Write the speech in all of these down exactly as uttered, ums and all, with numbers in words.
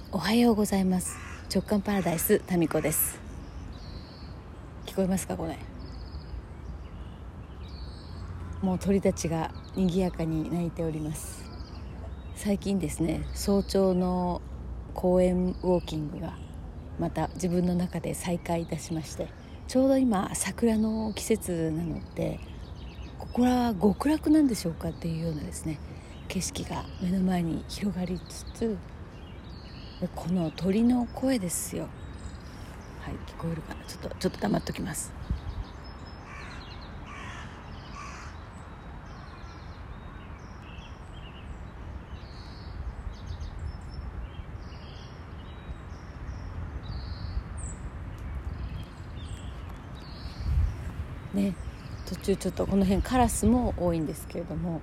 おはようございます。直感パラダイスタミコです。聞こえますかこれ。もう鳥たちが賑やかに鳴いております。最近ですね、早朝の公園ウォーキングがまた自分の中で再開いたしまして、ちょうど今桜の季節なので、ここは極楽なんでしょうかっていうようなですね、景色が目の前に広がりつつ、この鳥の声ですよ。はい、聞こえるかな。ちょっとちょっと黙っときます。ね、途中ちょっとこの辺カラスも多いんですけれども、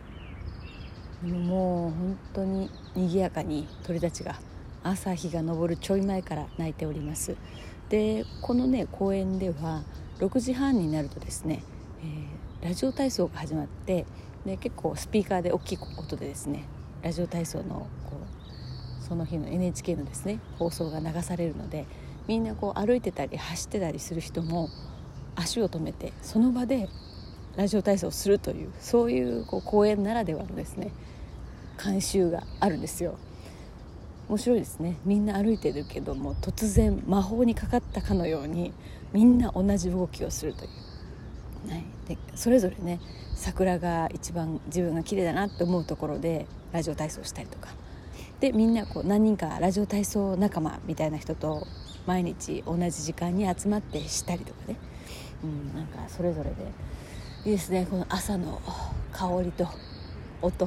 もう本当に賑やかに鳥たちが朝日が昇るちょい前から鳴いております。でこのね公園ではろくじはんになるとですね、えー、ラジオ体操が始まって、で結構スピーカーで大きい音でですね、ラジオ体操のこうその日の エヌエイチケー のですね放送が流されるので、みんなこう歩いてたり走ってたりする人も足を止めてその場でラジオ体操をするという、そういうこう公園ならではのですね慣習があるんですよ。面白いですね。みんな歩いてるけども、突然魔法にかかったかのようにみんな同じ動きをするという、はい、でそれぞれね、桜が一番自分が綺麗だなと思うところでラジオ体操したりとかで、みんなこう何人かラジオ体操仲間みたいな人と毎日同じ時間に集まってしたりとかね、うん、なんかそれぞれでいいですね。この朝の香りと音、はい、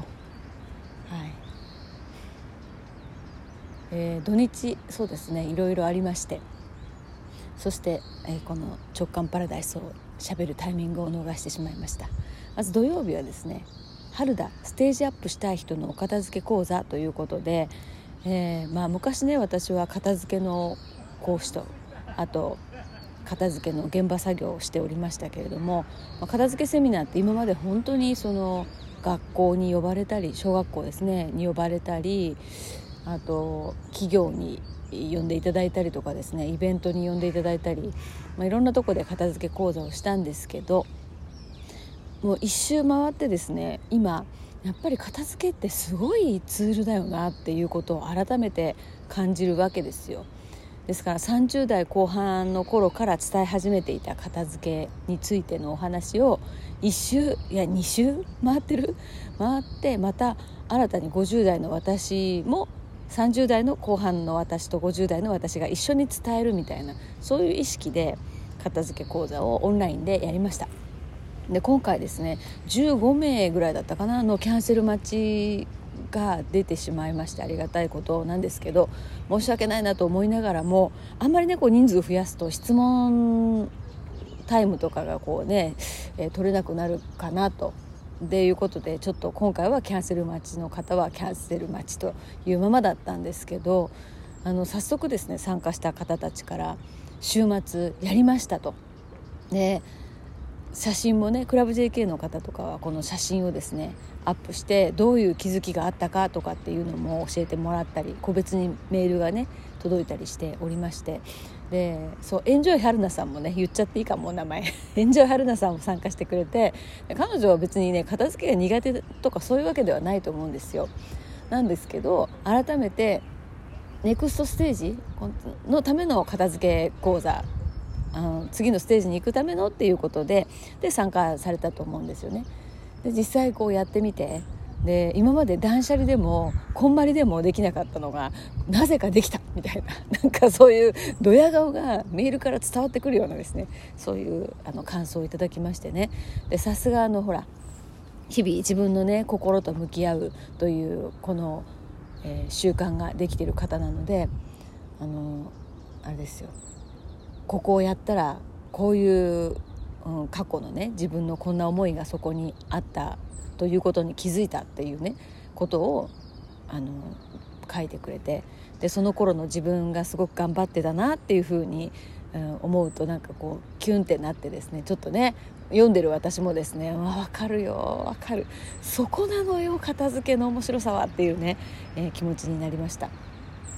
えー、土日そうですね、いろいろありまして、そして、えー、この直感パラダイスをしゃべるタイミングを逃してしまいました。まず土曜日はですね、春だステージアップしたい人のお片付け講座ということで、えーまあ、昔ね私は片付けの講師と、あと片付けの現場作業をしておりましたけれども、片付けセミナーって今まで本当にその学校に呼ばれたり、小学校ですねに呼ばれたり、あと企業に呼んでいただいたりとかですね、イベントに呼んでいただいたり、まあ、いろんなとこで片付け講座をしたんですけど、もう一周回ってですね、今やっぱり片付けってすごいツールだよなっていうことを改めて感じるわけですよ。ですからさんじゅう代後半の頃から伝え始めていた片付けについてのお話をいっ周いやに周回ってる回ってまた新たにごじゅう代の私もさんじゅう代の後半の私とごじゅう代の私が一緒に伝えるみたいな、そういう意識で片付け講座をオンラインでやりました。で今回ですねじゅうごめいぐらいだったかなのキャンセル待ちが出てしまいまして、ありがたいことなんですけど、申し訳ないなと思いながらも、あんまりねこう人数増やすと質問タイムとかがこうね、えー、取れなくなるかなとでいうことで、ちょっと今回はキャンセル待ちの方はキャンセル待ちというままだったんですけど、あの早速ですね参加した方たちから週末やりましたと。で写真もね、クラブ ジェーケー の方とかはこの写真をですねアップしてどういう気づきがあったかとかっていうのも教えてもらったり、個別にメールがね届いたりしておりまして、でそうエンジョイ春菜さんもね言っちゃっていいかも、名前エンジョイ春菜さんも参加してくれて、彼女は別にね片付けが苦手とかそういうわけではないと思うんですよ。なんですけど改めてネクストステージのための片付け講座、あの次のステージに行くためのっていうことでで参加されたと思うんですよね。で実際こうやってみて、で今まで断捨離でもこんまりでもできなかったのがなぜかできたみたいな、なんかそういうドヤ顔がメールから伝わってくるようなですね、そういうあの感想をいただきましてね。でさすがあのほら日々自分のね心と向き合うというこの、えー、習慣ができている方なので、あのあれですよ、ここをやったらこういう、うん、過去のね自分のこんな思いがそこにあったということに気づいたっていうねことをあの書いてくれて、でその頃の自分がすごく頑張ってたなっていうふうに、うん、思うとなんかこうキュンってなってですね、ちょっとね読んでる私もですね、わ分かるよ分かる、そこなのよ片付けの面白さはっていうね、えー、気持ちになりました。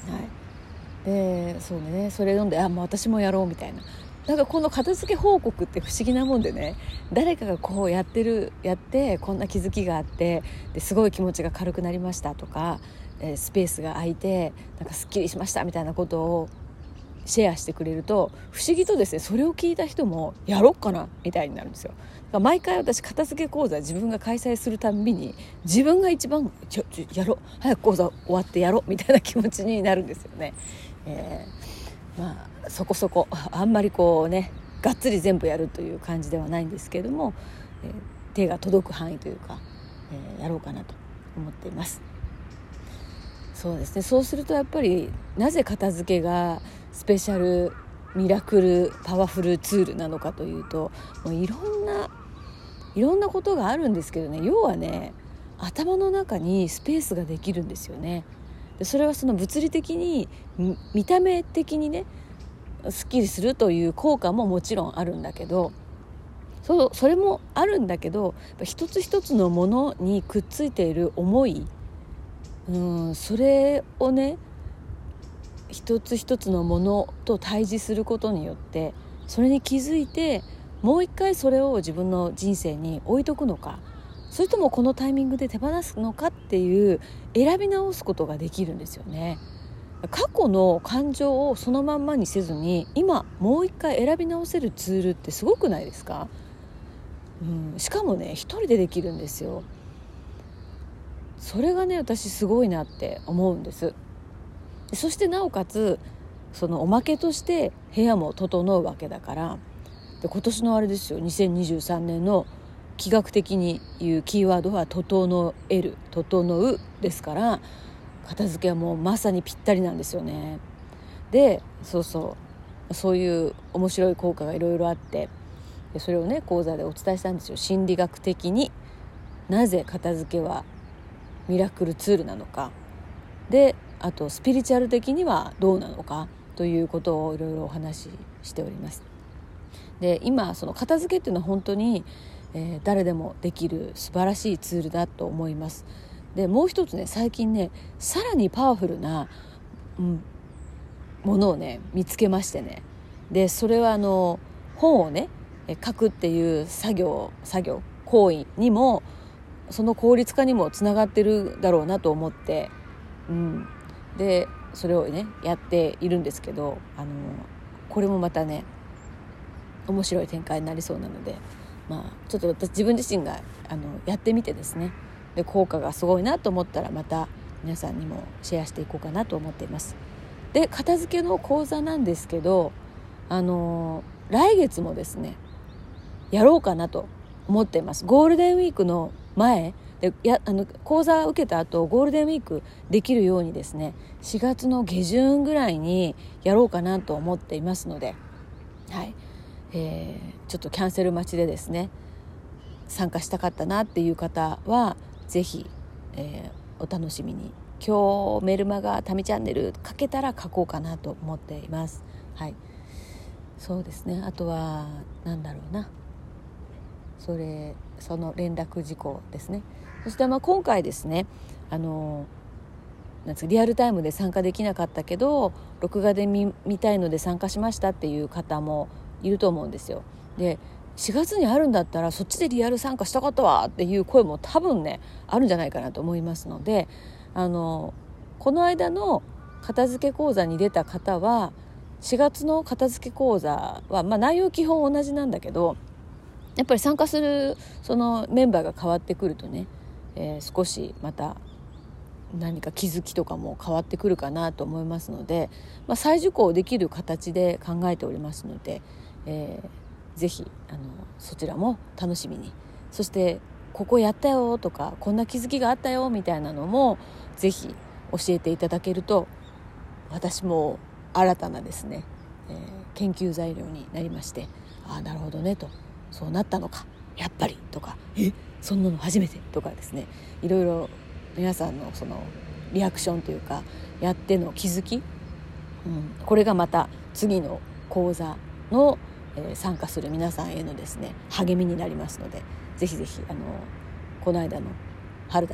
でそうね、それ読んであもう私もやろうみたいな。なんかこの片付け報告って不思議なもんでね、誰かがこうやってるやってこんな気づきがあってですごい気持ちが軽くなりましたとか、えー、スペースが空いてなんかすっきりしましたみたいなことをシェアしてくれると、不思議とですねそれを聞いた人もやろっかなみたいになるんですよ。だから毎回私片付け講座自分が開催するたんびに自分が一番ちょちょやろ早く講座終わってやろみたいな気持ちになるんですよね。えー、まあそこそこあんまりこうねがっつり全部やるという感じではないんですけれども、えー、手が届く範囲というか、えー、やろうかなと思っています。そうですね、そうするとやっぱりなぜ片付けがスペシャルミラクルパワフルツールなのかというと、もういろんないろんなことがあるんですけどね、要はね頭の中にスペースができるんですよね。でそれはその物理的に見た目的にねすっきりするという効果ももちろんあるんだけど、そ, それもあるんだけど一つ一つのものにくっついている思い、うん、それをね一つ一つのものと対峙することによってそれに気づいてもう一回それを自分の人生に置いとくのか、それともこのタイミングで手放すのかっていう選び直すことができるんですよね。過去の感情をそのまんまにせずに今もう一回選び直せるツールってすごくないですか？うん、しかもね一人でできるんですよ。それがね私すごいなって思うんです。そしてなおかつそのおまけとして部屋も整うわけだから、で今年のあれですよにせんにじゅうさんねんの気学的に言うキーワードは整える整うですから、片付けはもうまさにぴったりなんですよね。でそうそうそういう面白い効果がいろいろあって、でそれをね講座でお伝えしたんですよ。心理学的になぜ片付けはミラクルツールなのか、であとスピリチュアル的にはどうなのかということをいろいろお話ししております。で今その片付けっていうのは本当に、えー、誰でもできる素晴らしいツールだと思います。でもう一つね最近ねさらにパワフルな、うん、ものをね見つけましてね、でそれはあの本をね書くっていう作業作業行為にもその効率化にもつながってるだろうなと思って、うん、でそれをねやっているんですけど、あのこれもまたね面白い展開になりそうなので、まあ、ちょっと私自分自身があのやってみてですね、で効果がすごいなと思ったらまた皆さんにもシェアしていこうかなと思っています。で片付けの講座なんですけど、あの来月もですねやろうかなと思っています。ゴールデンウィークの前でやあの講座を受けた後ゴールデンウィークできるようにですねしがつの下旬ぐらいにやろうかなと思っていますので、はいえー、ちょっとキャンセル待ちでですね参加したかったなっていう方はぜひ、えー、お楽しみに。今日メルマガタミチャンネル書けたら書こうかなと思っています。はい、そうですね。あとはなんだろうな、それその連絡事項ですね。そしてまあ今回ですね、あのなんつうかリアルタイムで参加できなかったけど録画で 見, 見たいので参加しましたっていう方もいると思うんですよ。でしがつにあるんだったらそっちでリアル参加したかったわっていう声も多分ねあるんじゃないかなと思いますので、あのこの間の片付け講座に出た方はしがつの片付け講座は、まあ、内容基本同じなんだけどやっぱり参加するそのメンバーが変わってくるとね、えー、少しまた何か気づきとかも変わってくるかなと思いますので、まあ、再受講できる形で考えておりますので、えー、ぜひあのそちらも楽しみに、そしてここやったよとかこんな気づきがあったよみたいなのもぜひ教えていただけると私も新たなですね、えー、研究材料になりまして、ああなるほどねと、そうなったのかやっぱりとか、えそんなの初めてとかですね、いろいろ皆さんのそのリアクションというかやっての気づき、うん、これがまた次の講座の、えー、参加する皆さんへのですね励みになりますので、ぜひぜひあのこの間の春田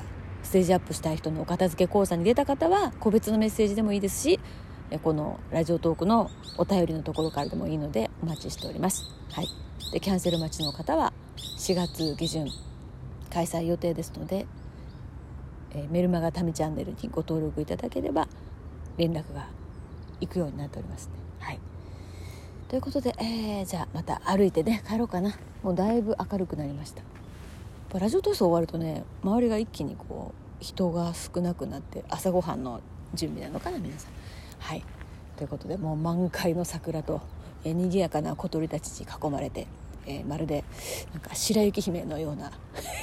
ステージアップしたい人のお片付け講座に出た方は個別のメッセージでもいいですし、このラジオトークのお便りのところからでもいいのでお待ちしております。はい、でキャンセル待ちの方はしがつ下旬開催予定ですので、えー、メルマガタミチャンネルにご登録いただければ連絡が行くようになっておりますね。はい、ということで、えー、じゃあまた歩いてね帰ろうかな。もうだいぶ明るくなりました。ラジオ体操終わるとね、周りが一気にこう人が少なくなって朝ごはんの準備なのかな皆さん。はい、ということでもう満開の桜と、えー、賑やかな小鳥たちに囲まれて、えー、まるでなんか白雪姫のような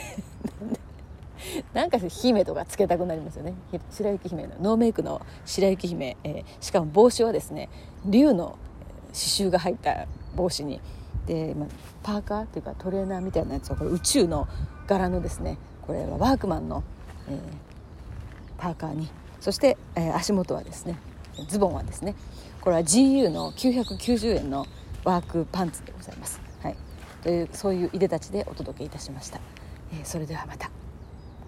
なんか姫とかつけたくなりますよね。白雪姫のノーメイクの白雪姫、えー、しかも帽子はですね竜の刺繍が入った帽子にで、まあ、パーカーっていうかトレーナーみたいなやつはこれ宇宙の柄のですね、これはワークマンの、えー、パーカーに、そして、えー、足元はですねズボンはですねこれは ジーユー のきゅうひゃくきゅうじゅうえんのワークパンツでございます。はい、というそういういでたちでお届けいたしました。えー、それではまた。